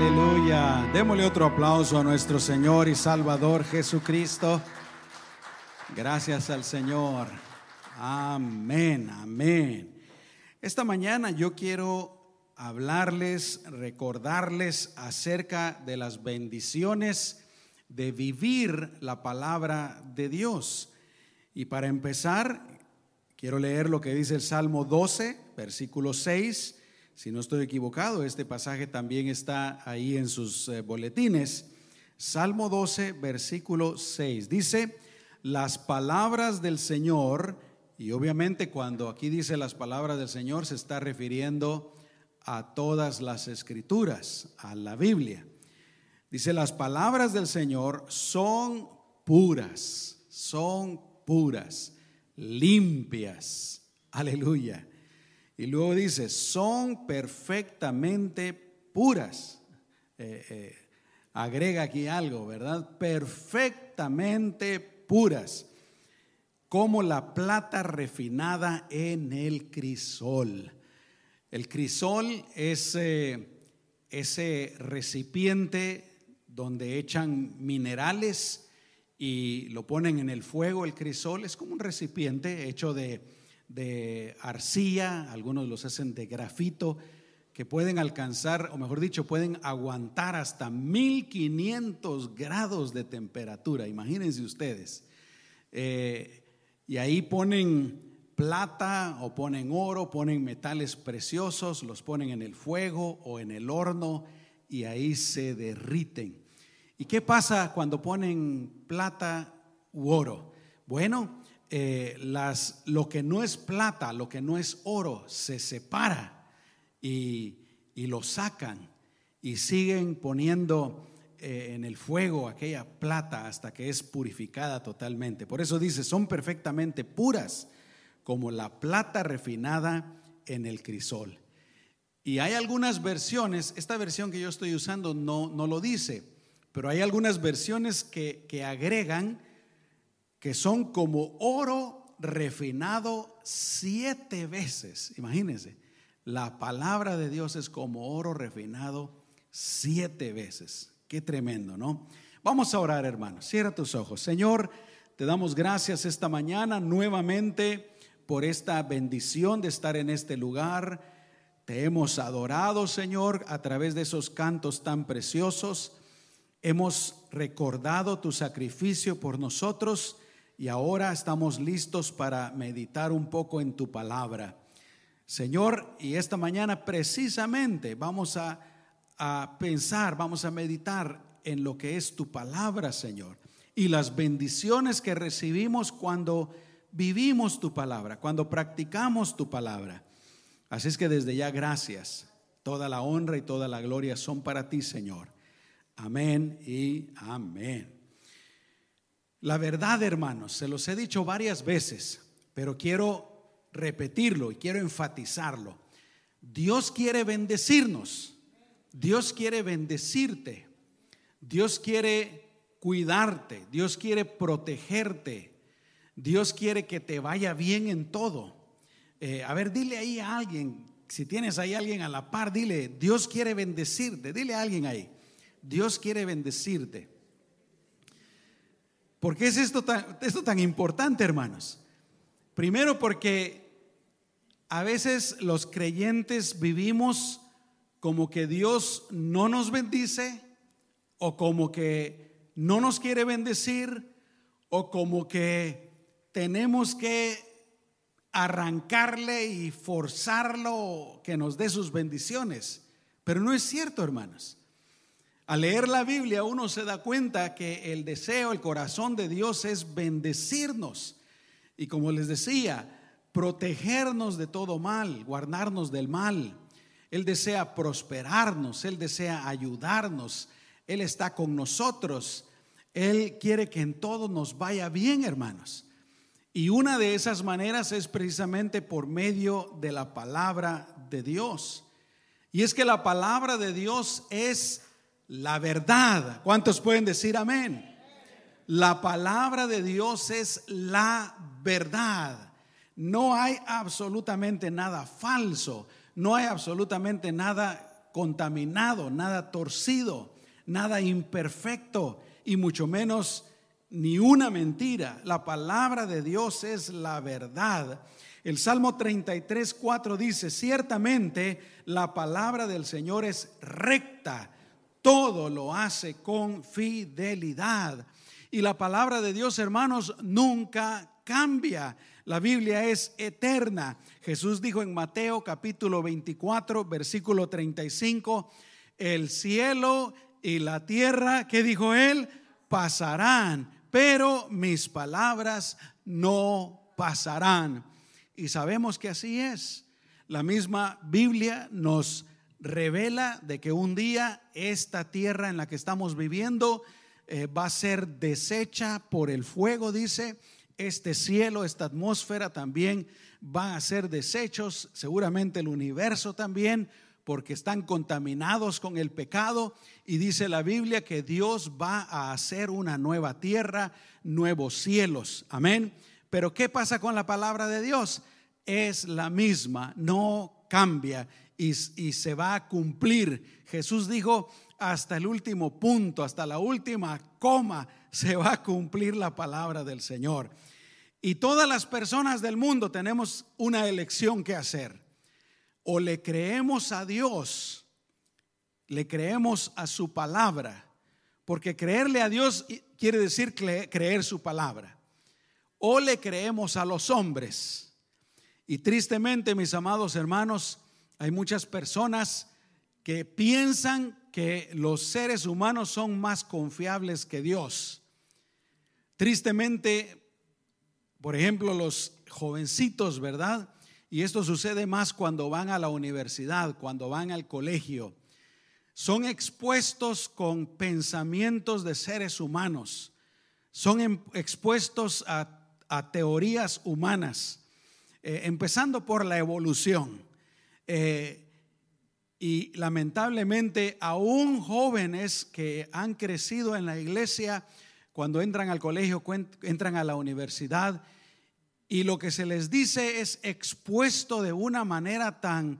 Aleluya. Démosle otro aplauso a nuestro Señor y Salvador Jesucristo. Gracias al Señor. Amén, amén. Esta mañana yo quiero hablarles, recordarles acerca de las bendiciones de vivir la palabra de Dios. Y para empezar, quiero leer lo que dice el Salmo 12, versículo 6. Si no estoy equivocado, este pasaje también está ahí en sus boletines. Salmo 12, versículo 6. Dice: las palabras del Señor, y obviamente cuando aquí dice las palabras del Señor se está refiriendo a todas las escrituras, a la Biblia. Dice: las palabras del Señor son puras, limpias. Aleluya. Y luego dice: son perfectamente puras. Agrega aquí algo, ¿verdad? Perfectamente puras, como la plata refinada en el crisol. El crisol es ese recipiente donde echan minerales y lo ponen en el fuego. El crisol es como un recipiente hecho de arcilla, algunos los hacen de grafito, que pueden alcanzar, o mejor dicho, pueden aguantar hasta 1500 grados de temperatura. Imagínense ustedes. Y ahí ponen plata o ponen oro, ponen metales preciosos, los ponen en el fuego o en el horno y ahí se derriten. ¿Y qué pasa cuando ponen plata u oro? Bueno, lo que no es plata, lo que no es oro, se separa y lo sacan y siguen poniendo en el fuego aquella plata hasta que es purificada totalmente. Por eso dice: son perfectamente puras, como la plata refinada en el crisol. Y hay algunas versiones, esta versión que yo estoy usando no lo dice, pero hay algunas versiones que agregan que son como oro refinado 7 veces. Imagínense, la palabra de Dios es como oro refinado 7 veces. Qué tremendo, ¿no? Vamos a orar, hermanos. Cierra tus ojos. Señor, te damos gracias esta mañana nuevamente por esta bendición de estar en este lugar. Te hemos adorado, Señor, a través de esos cantos tan preciosos. Hemos recordado tu sacrificio por nosotros. Y ahora estamos listos para meditar un poco en tu palabra, Señor. Y esta mañana precisamente vamos a pensar, vamos a meditar en lo que es tu palabra, Señor, y las bendiciones que recibimos cuando vivimos tu palabra, cuando practicamos tu palabra. Así es que desde ya, gracias. Toda la honra y toda la gloria son para ti, Señor. Amén y amén. La verdad, hermanos, se los he dicho varias veces, pero quiero repetirlo y quiero enfatizarlo. Dios quiere bendecirnos, Dios quiere bendecirte, Dios quiere cuidarte, Dios quiere protegerte, Dios quiere que te vaya bien en todo. A ver, dile ahí a alguien, si tienes ahí a alguien a la par, dile: Dios quiere bendecirte. Dile a alguien ahí: Dios quiere bendecirte. ¿Por qué es esto tan importante, hermanos? Primero, porque a veces los creyentes vivimos como que Dios no nos bendice, o como que no nos quiere bendecir, o como que tenemos que arrancarle y forzarlo que nos dé sus bendiciones. Pero no es cierto, hermanos. Al leer la Biblia uno se da cuenta que el deseo, el corazón de Dios es bendecirnos. Y como les decía, protegernos de todo mal, guardarnos del mal. Él desea prosperarnos, Él desea ayudarnos, Él está con nosotros. Él quiere que en todo nos vaya bien, hermanos. Y una de esas maneras es precisamente por medio de la palabra de Dios. Y es que la palabra de Dios es la verdad. ¿Cuántos pueden decir amén? La palabra de Dios es la verdad. No hay absolutamente nada falso, no hay absolutamente nada contaminado, nada torcido, nada imperfecto y mucho menos ni una mentira. La palabra de Dios es la verdad. El Salmo 33:4 dice: ciertamente la palabra del Señor es recta, todo lo hace con fidelidad. Y la palabra de Dios, hermanos, nunca cambia. La Biblia es eterna. Jesús dijo en Mateo capítulo 24, versículo 35: el cielo y la tierra, ¿qué dijo él? Pasarán, pero mis palabras no pasarán. Y sabemos que así es. La misma Biblia nos revela de que un día esta tierra en la que estamos viviendo va a ser deshecha por el fuego, dice. Este cielo, esta atmósfera también va a ser deshechos, seguramente el universo también, porque están contaminados con el pecado. Y dice la Biblia que Dios va a hacer una nueva tierra, nuevos cielos. Amén. Pero ¿qué pasa con la palabra de Dios? Es la misma, no cambia y se va a cumplir. Jesús dijo: hasta el último punto, hasta la última coma, se va a cumplir la palabra del Señor. Y todas las personas del mundo tenemos una elección que hacer. O le creemos a Dios, le creemos a su palabra, porque creerle a Dios quiere decir creer su palabra. O le creemos a los hombres. Y tristemente, mis amados hermanos, hay muchas personas que piensan que los seres humanos son más confiables que Dios. Tristemente, por ejemplo, los jovencitos, ¿verdad? Y esto sucede más cuando van a la universidad, cuando van al colegio. Son expuestos con pensamientos de seres humanos. Son expuestos a teorías humanas, empezando por la evolución. Y lamentablemente aún jóvenes que han crecido en la iglesia, cuando entran al colegio, entran a la universidad, y lo que se les dice es expuesto de una manera tan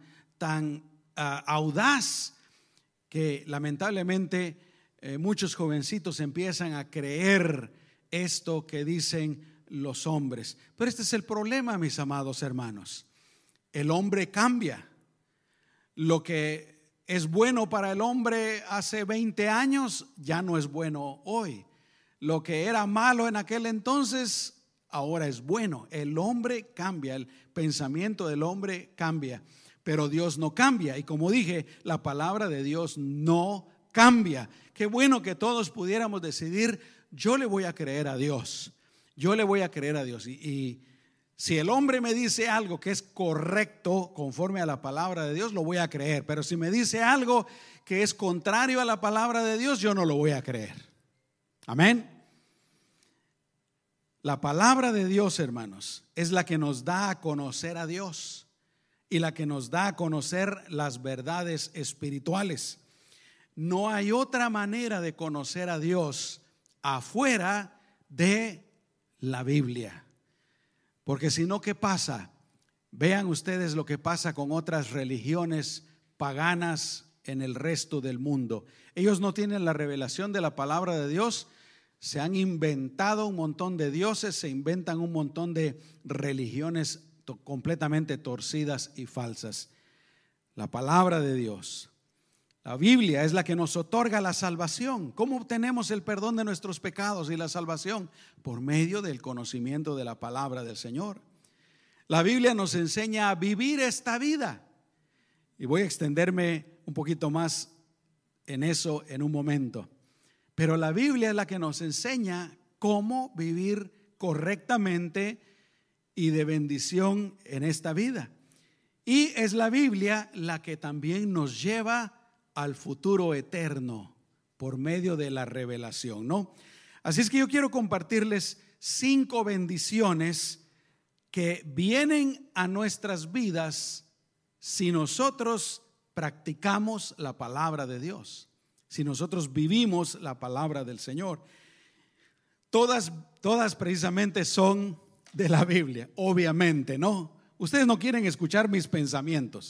audaz, que lamentablemente muchos jovencitos empiezan a creer esto que dicen los hombres. Pero este es el problema, mis amados hermanos. El hombre cambia. Lo que es bueno para el hombre hace 20 años ya no es bueno hoy. Lo que era malo en aquel entonces ahora es bueno. El hombre cambia, el pensamiento del hombre cambia, pero Dios no cambia. Y como dije, la palabra de Dios no cambia. Qué bueno que todos pudiéramos decidir: yo le voy a creer a Dios. Yo le voy a creer a Dios. Y si el hombre me dice algo que es correcto conforme a la palabra de Dios, lo voy a creer. Pero si me dice algo que es contrario a la palabra de Dios, yo no lo voy a creer. Amén. La palabra de Dios, hermanos, es la que nos da a conocer a Dios y la que nos da a conocer las verdades espirituales. No hay otra manera de conocer a Dios afuera de la Biblia. Porque si no, ¿qué pasa? Vean ustedes lo que pasa con otras religiones paganas en el resto del mundo. Ellos no tienen la revelación de la palabra de Dios. Se han inventado un montón de dioses, se inventan un montón de religiones completamente torcidas y falsas. La palabra de Dios, la Biblia, es la que nos otorga la salvación. ¿Cómo obtenemos el perdón de nuestros pecados y la salvación? Por medio del conocimiento de la palabra del Señor. La Biblia nos enseña a vivir esta vida. Y voy a extenderme un poquito más en eso en un momento. Pero la Biblia es la que nos enseña cómo vivir correctamente y de bendición en esta vida. Y es la Biblia la que también nos lleva al futuro eterno por medio de la revelación, ¿no? Así es que yo quiero compartirles 5 bendiciones que vienen a nuestras vidas si nosotros practicamos la palabra de Dios, si nosotros vivimos la palabra del Señor. Todas precisamente son de la Biblia, obviamente, ¿no? Ustedes no quieren escuchar mis pensamientos,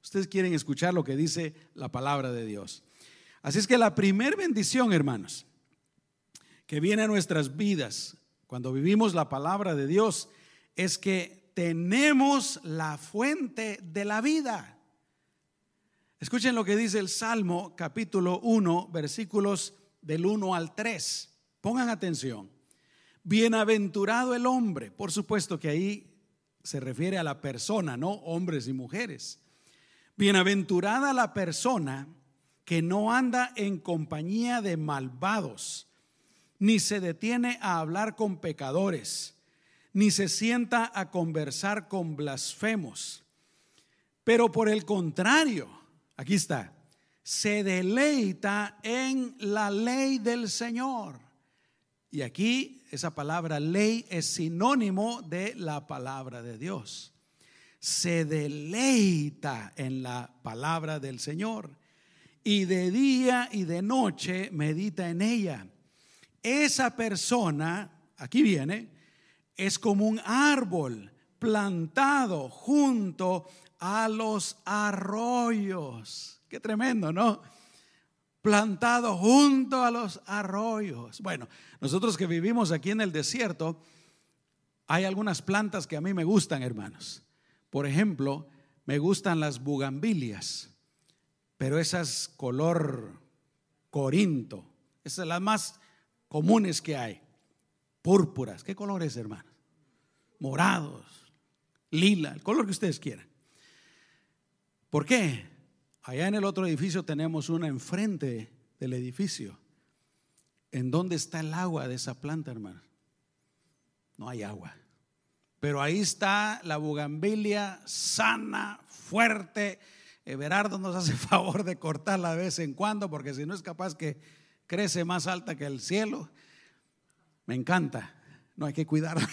Ustedes quieren escuchar lo que dice la palabra de Dios. Así es que la primer bendición, hermanos, que viene a nuestras vidas cuando vivimos la palabra de Dios es que tenemos la fuente de la vida. Escuchen lo que dice el Salmo capítulo 1, versículos del 1 al 3. Pongan atención. Bienaventurado el hombre. Por supuesto que ahí se refiere a la persona, no hombres y mujeres. Bienaventurada la persona que no anda en compañía de malvados, ni se detiene a hablar con pecadores, ni se sienta a conversar con blasfemos. Pero por el contrario, aquí está, se deleita en la ley del Señor. Y aquí esa palabra ley es sinónimo de la palabra de Dios. Se deleita en la palabra del Señor y de día y de noche medita en ella. Esa persona, aquí viene, es como un árbol plantado junto a los arroyos. Qué tremendo, ¿no? Plantado junto a los arroyos. Bueno, nosotros que vivimos aquí en el desierto, hay algunas plantas que a mí me gustan, hermanos. Por ejemplo, me gustan las bugambilias, pero esas color corinto, esas son las más comunes que hay. Púrpuras, ¿qué colores, hermanos? Morados, lila, el color que ustedes quieran. ¿Por qué? Allá en el otro edificio tenemos una enfrente del edificio. ¿En dónde está el agua de esa planta, hermano? No hay agua. Pero ahí está la bugambilia sana, fuerte. Everardo nos hace favor de cortarla de vez en cuando, porque si no es capaz que crece más alta que el cielo. Me encanta, no hay que cuidarla.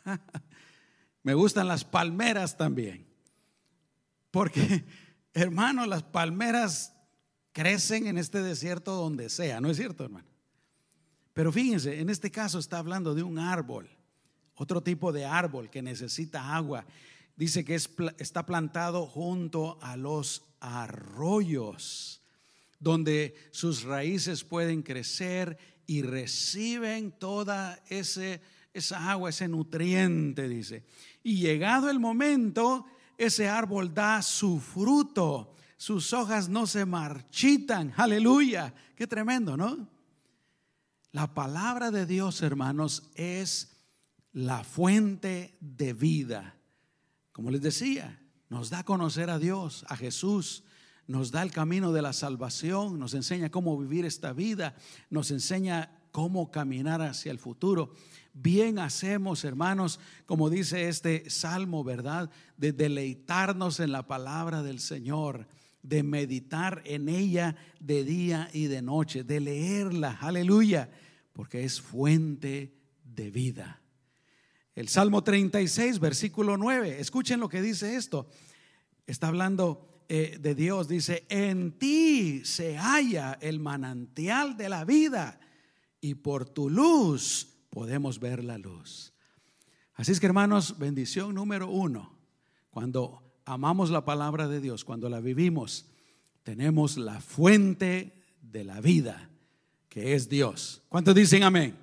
Me gustan las palmeras también, porque, hermano, las palmeras crecen en este desierto donde sea, ¿no es cierto, hermano? Pero fíjense, en este caso está hablando de un árbol, otro tipo de árbol que necesita agua. Dice que está plantado junto a los arroyos, donde sus raíces pueden crecer y reciben toda esa agua, ese nutriente, dice. Y llegado el momento, ese árbol da su fruto, sus hojas no se marchitan. Aleluya, qué tremendo, ¿no? La palabra de Dios, hermanos, es la fuente de vida. Como les decía, nos da a conocer a Dios, a Jesús, nos da el camino de la salvación, nos enseña cómo vivir esta vida, nos enseña cómo caminar hacia el futuro. Bien hacemos, hermanos, como dice este salmo, ¿verdad? De deleitarnos en la palabra del Señor, de meditar en ella de día y de noche, de leerla, aleluya, porque es fuente de vida. El Salmo 36, versículo 9, escuchen lo que dice esto. Está hablando de Dios, dice: en ti se halla el manantial de la vida, y por tu luz podemos ver la luz. Así es que, hermanos, bendición número 1, cuando amamos la palabra de Dios, cuando la vivimos, tenemos la fuente de la vida, que es Dios. ¿Cuántos dicen amén?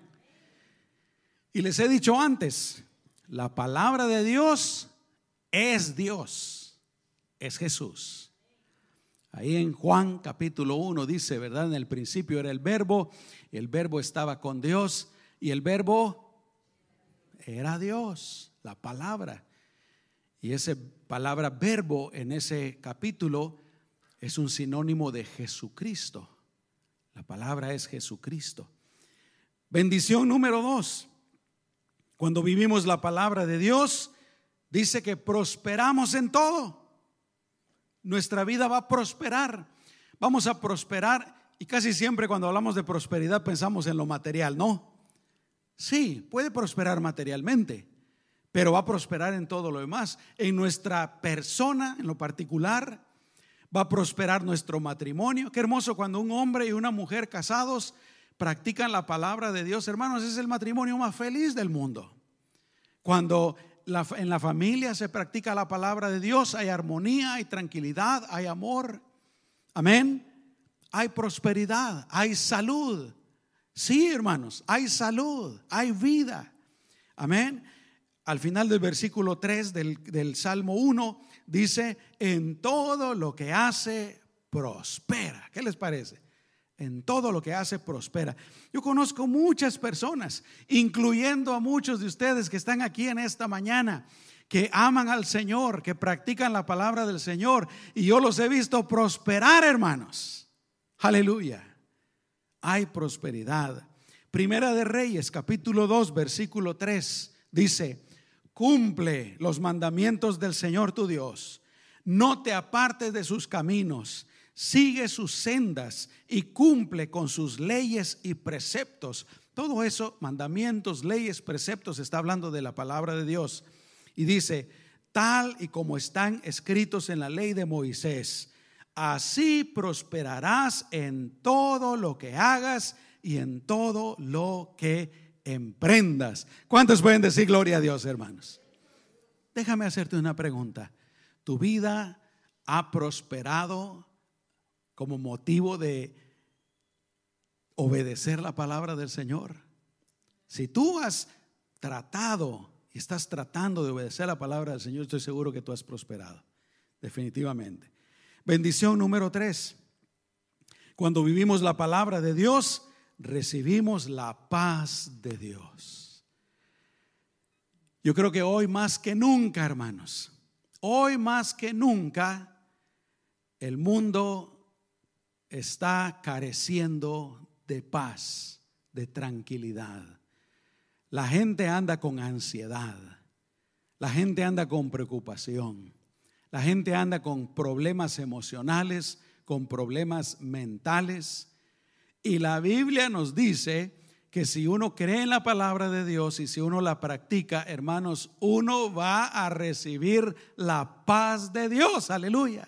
Y les he dicho antes, la palabra de Dios es Dios, es Jesús. Ahí en Juan capítulo 1 dice, ¿verdad? En el principio era el verbo, y el verbo estaba con Dios, y el verbo era Dios, la palabra. Y esa palabra verbo en ese capítulo es un sinónimo de Jesucristo. La palabra es Jesucristo. Bendición número 2. Cuando vivimos la palabra de Dios, dice que prosperamos en todo. Nuestra vida va a prosperar. Vamos a prosperar, y casi siempre cuando hablamos de prosperidad pensamos en lo material, ¿no? Sí, puede prosperar materialmente, pero va a prosperar en todo lo demás. En nuestra persona, en lo particular, va a prosperar nuestro matrimonio. Qué hermoso cuando un hombre y una mujer casados practican la palabra de Dios, hermanos. Es el matrimonio más feliz del mundo. Cuando en la familia se practica la palabra de Dios, hay armonía, hay tranquilidad, hay amor. Amén. Hay prosperidad, hay salud. Sí, hermanos, hay salud, hay vida. Amén. Al final del versículo 3 del Salmo 1 dice: en todo lo que hace prospera. ¿Qué les parece? En todo lo que hace prospera. Yo conozco muchas personas, incluyendo a muchos de ustedes que están aquí en esta mañana, que aman al Señor, que practican la palabra del Señor, y yo los he visto prosperar, hermanos. Aleluya. Hay prosperidad. Primera de Reyes, capítulo 2, versículo 3 dice: cumple los mandamientos del Señor tu Dios, no te apartes de sus caminos, sigue sus sendas y cumple con sus leyes y preceptos. Todo eso, mandamientos, leyes, preceptos, está hablando de la palabra de Dios. Y dice: tal y como están escritos en la ley de Moisés, así prosperarás en todo lo que hagas y en todo lo que emprendas. ¿Cuántos pueden decir gloria a Dios, hermanos? Déjame hacerte una pregunta. ¿Tu vida ha prosperado como motivo de obedecer la palabra del Señor? Si tú has tratado y estás tratando de obedecer la palabra del Señor, estoy seguro que tú has prosperado, definitivamente. Bendición número 3: cuando vivimos la palabra de Dios, recibimos la paz de Dios. Yo creo que hoy más que nunca, hermanos, hoy más que nunca, el mundo está careciendo de paz, de tranquilidad. La gente anda con ansiedad, la gente anda con preocupación, la gente anda con problemas emocionales, con problemas mentales. Y la Biblia nos dice que si uno cree en la palabra de Dios y si uno la practica, hermanos, uno va a recibir la paz de Dios. Aleluya.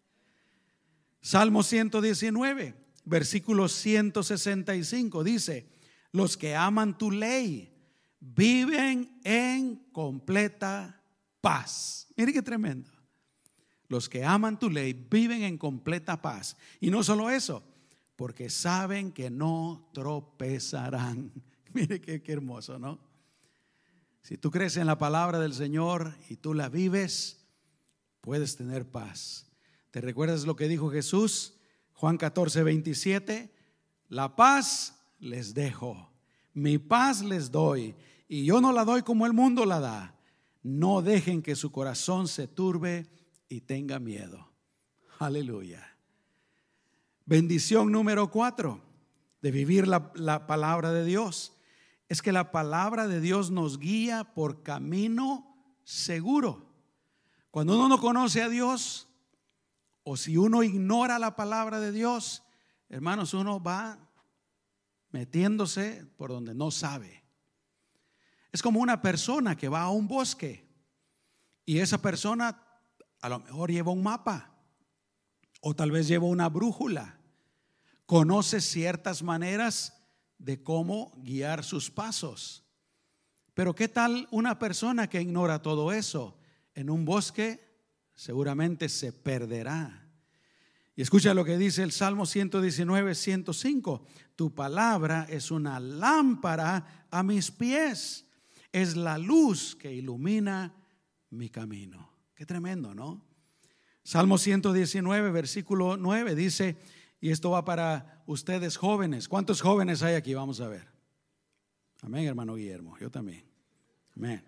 Salmo 119, versículo 165 dice: los que aman tu ley viven en completa paz. Mire qué tremendo. Los que aman tu ley viven en completa paz. Y no solo eso, porque saben que no tropezarán. Mire qué hermoso, ¿no? Si tú crees en la palabra del Señor y tú la vives, puedes tener paz. ¿Te recuerdas lo que dijo Jesús? Juan 14, 27: la paz les dejo, mi paz les doy, y yo no la doy como el mundo la da. No dejen que su corazón se turbe y tenga miedo. Aleluya. Bendición número 4 de vivir la palabra de Dios es que la palabra de Dios nos guía por camino seguro. Cuando uno no conoce a Dios, o si uno ignora la palabra de Dios, hermanos, uno va metiéndose por donde no sabe. Es como una persona que va a un bosque y esa persona a lo mejor lleva un mapa o tal vez lleva una brújula, conoce ciertas maneras de cómo guiar sus pasos. Pero ¿qué tal una persona que ignora todo eso? En un bosque seguramente se perderá. Y escucha lo que dice el Salmo 119, 105: tu palabra es una lámpara a mis pies, es la luz que ilumina mi camino. Qué tremendo, ¿no? Salmo 119, versículo 9 dice, y esto va para ustedes jóvenes. ¿Cuántos jóvenes hay aquí? Vamos a ver. Amén, hermano Guillermo. Yo también. Amén.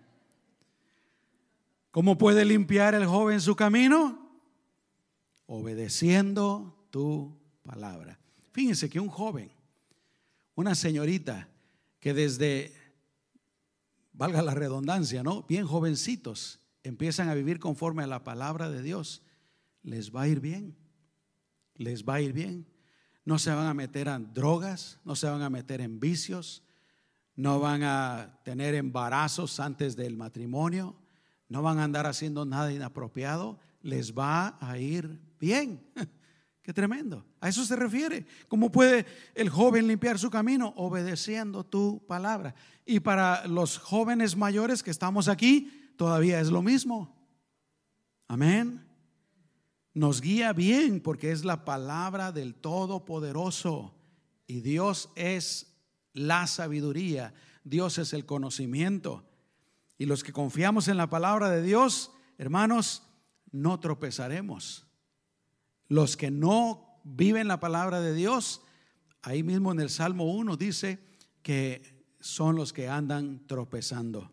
¿Cómo puede limpiar el joven su camino? Obedeciendo tu palabra. Fíjense que un joven, una señorita que desde, valga la redundancia, ¿no?, bien jovencitos, empiezan a vivir conforme a la palabra de Dios, les va a ir bien. Les va a ir bien. No se van a meter en drogas, no se van a meter en vicios, no van a tener embarazos antes del matrimonio, no van a andar haciendo nada inapropiado. Les va a ir bien. Qué tremendo. A eso se refiere. ¿Cómo puede el joven limpiar su camino? Obedeciendo tu palabra. Y para los jóvenes mayores que estamos aquí, todavía es lo mismo. Amén. Nos guía bien porque es la palabra del Todopoderoso. Y Dios es la sabiduría. Dios es el conocimiento. Y los que confiamos en la palabra de Dios, hermanos, no tropezaremos. Los que no viven la palabra de Dios, ahí mismo en el Salmo 1 dice que son los que andan tropezando.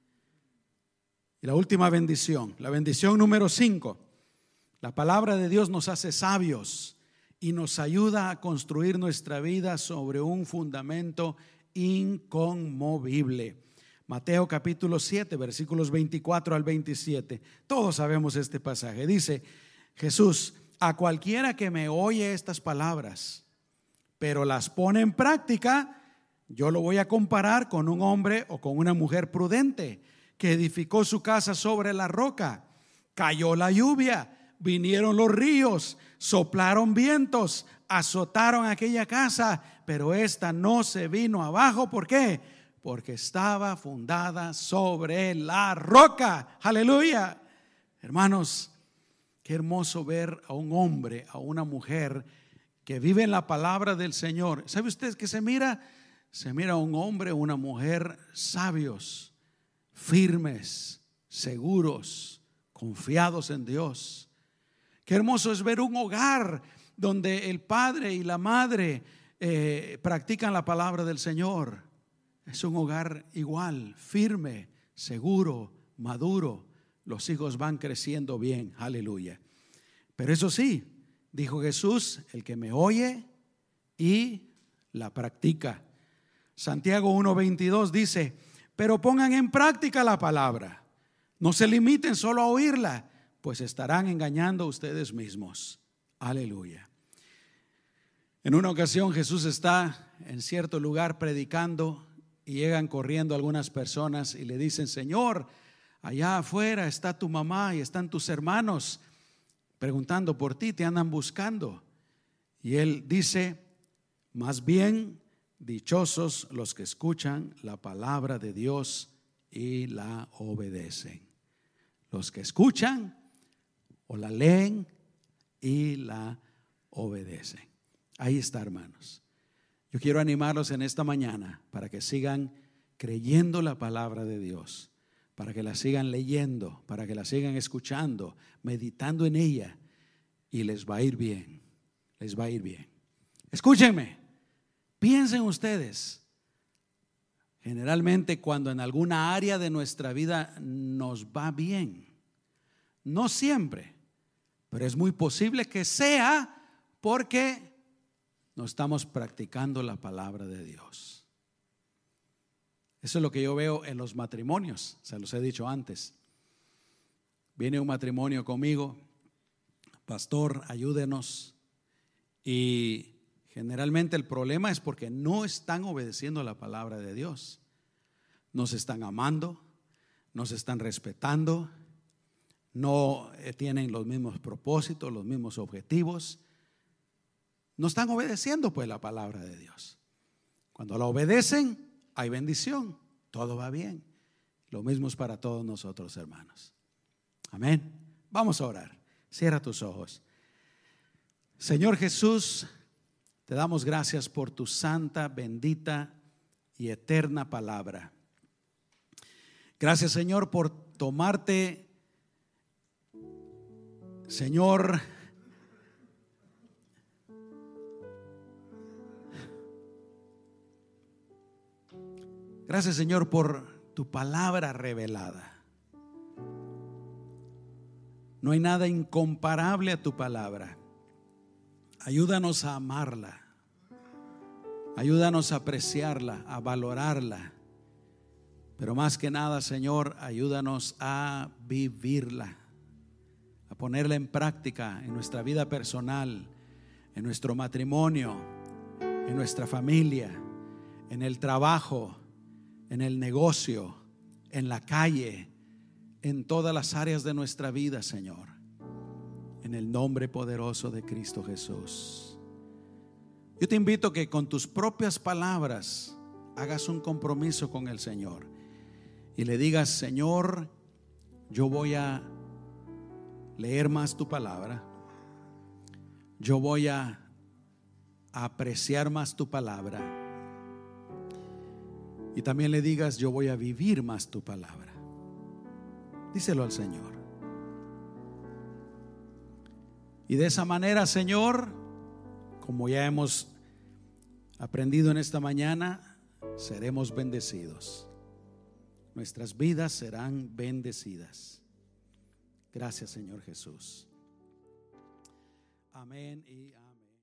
Y la última bendición, la bendición número 5. La palabra de Dios nos hace sabios y nos ayuda a construir nuestra vida sobre un fundamento inconmovible. Mateo capítulo 7, versículos 24 al 27. Todos sabemos este pasaje. Dice Jesús: a cualquiera que me oye estas palabras, pero las pone en práctica, yo lo voy a comparar con un hombre o con una mujer prudente que edificó su casa sobre la roca. Cayó la lluvia, vinieron los ríos, soplaron vientos, azotaron aquella casa, pero esta no se vino abajo. ¿Por qué? Porque estaba fundada sobre la roca. Aleluya. Hermanos, qué hermoso ver a un hombre, a una mujer que vive en la palabra del Señor. ¿Sabe usted que se mira un hombre, una mujer sabios, firmes, seguros, confiados en Dios? Qué hermoso es ver un hogar donde el padre y la madre practican la palabra del Señor. Es un hogar igual, firme, seguro, maduro. Los hijos van creciendo bien, aleluya. Pero eso sí, dijo Jesús: el que me oye y la practica. Santiago 1:22 dice: pero pongan en práctica la palabra, no se limiten solo a oírla, pues estarán engañando a ustedes mismos. Aleluya. En una ocasión Jesús está en cierto lugar predicando y llegan corriendo algunas personas y le dicen: Señor, allá afuera está tu mamá y están tus hermanos preguntando por ti, te andan buscando. Y él dice: más bien dichosos los que escuchan la palabra de Dios y la obedecen. Los que escuchan o la leen y la obedecen. Ahí está, hermanos. Yo quiero animarlos en esta mañana para que sigan creyendo la palabra de Dios, para que la sigan leyendo, para que la sigan escuchando, meditando en ella, y les va a ir bien, les va a ir bien. Escúchenme, piensen ustedes, generalmente cuando en alguna área de nuestra vida nos va bien, no siempre, pero es muy posible que sea porque no estamos practicando la palabra de Dios. Eso es lo que yo veo en los matrimonios, se los he dicho antes. Viene un matrimonio conmigo: pastor, ayúdenos. Y generalmente el problema es porque no están obedeciendo la palabra de Dios. No se están amando, no se están respetando, no tienen los mismos propósitos, los mismos objetivos. No están obedeciendo pues la palabra de Dios. Cuando la obedecen, hay bendición, todo va bien. Lo mismo es para todos nosotros, hermanos. Amén. Vamos a orar. Cierra tus ojos. Señor Jesús, te damos gracias por tu santa, bendita y eterna palabra. Gracias, Señor, por tomarte, Señor, gracias, Señor, por tu palabra revelada. No hay nada incomparable a tu palabra. Ayúdanos a amarla. Ayúdanos a apreciarla, a valorarla. Pero más que nada, Señor, ayúdanos a vivirla, a ponerla en práctica en nuestra vida personal, en nuestro matrimonio, en nuestra familia, en el trabajo, en el negocio, en la calle, en todas las áreas de nuestra vida, Señor. En el nombre poderoso de Cristo Jesús. Yo te invito a que con tus propias palabras hagas un compromiso con el Señor y le digas: Señor, yo voy a leer más tu palabra, yo voy a apreciar más tu palabra, y también le digas, yo voy a vivir más tu palabra. Díselo al Señor. Y de esa manera, Señor, como ya hemos aprendido en esta mañana, seremos bendecidos. Nuestras vidas serán bendecidas. Gracias, Señor Jesús. Amén y amén.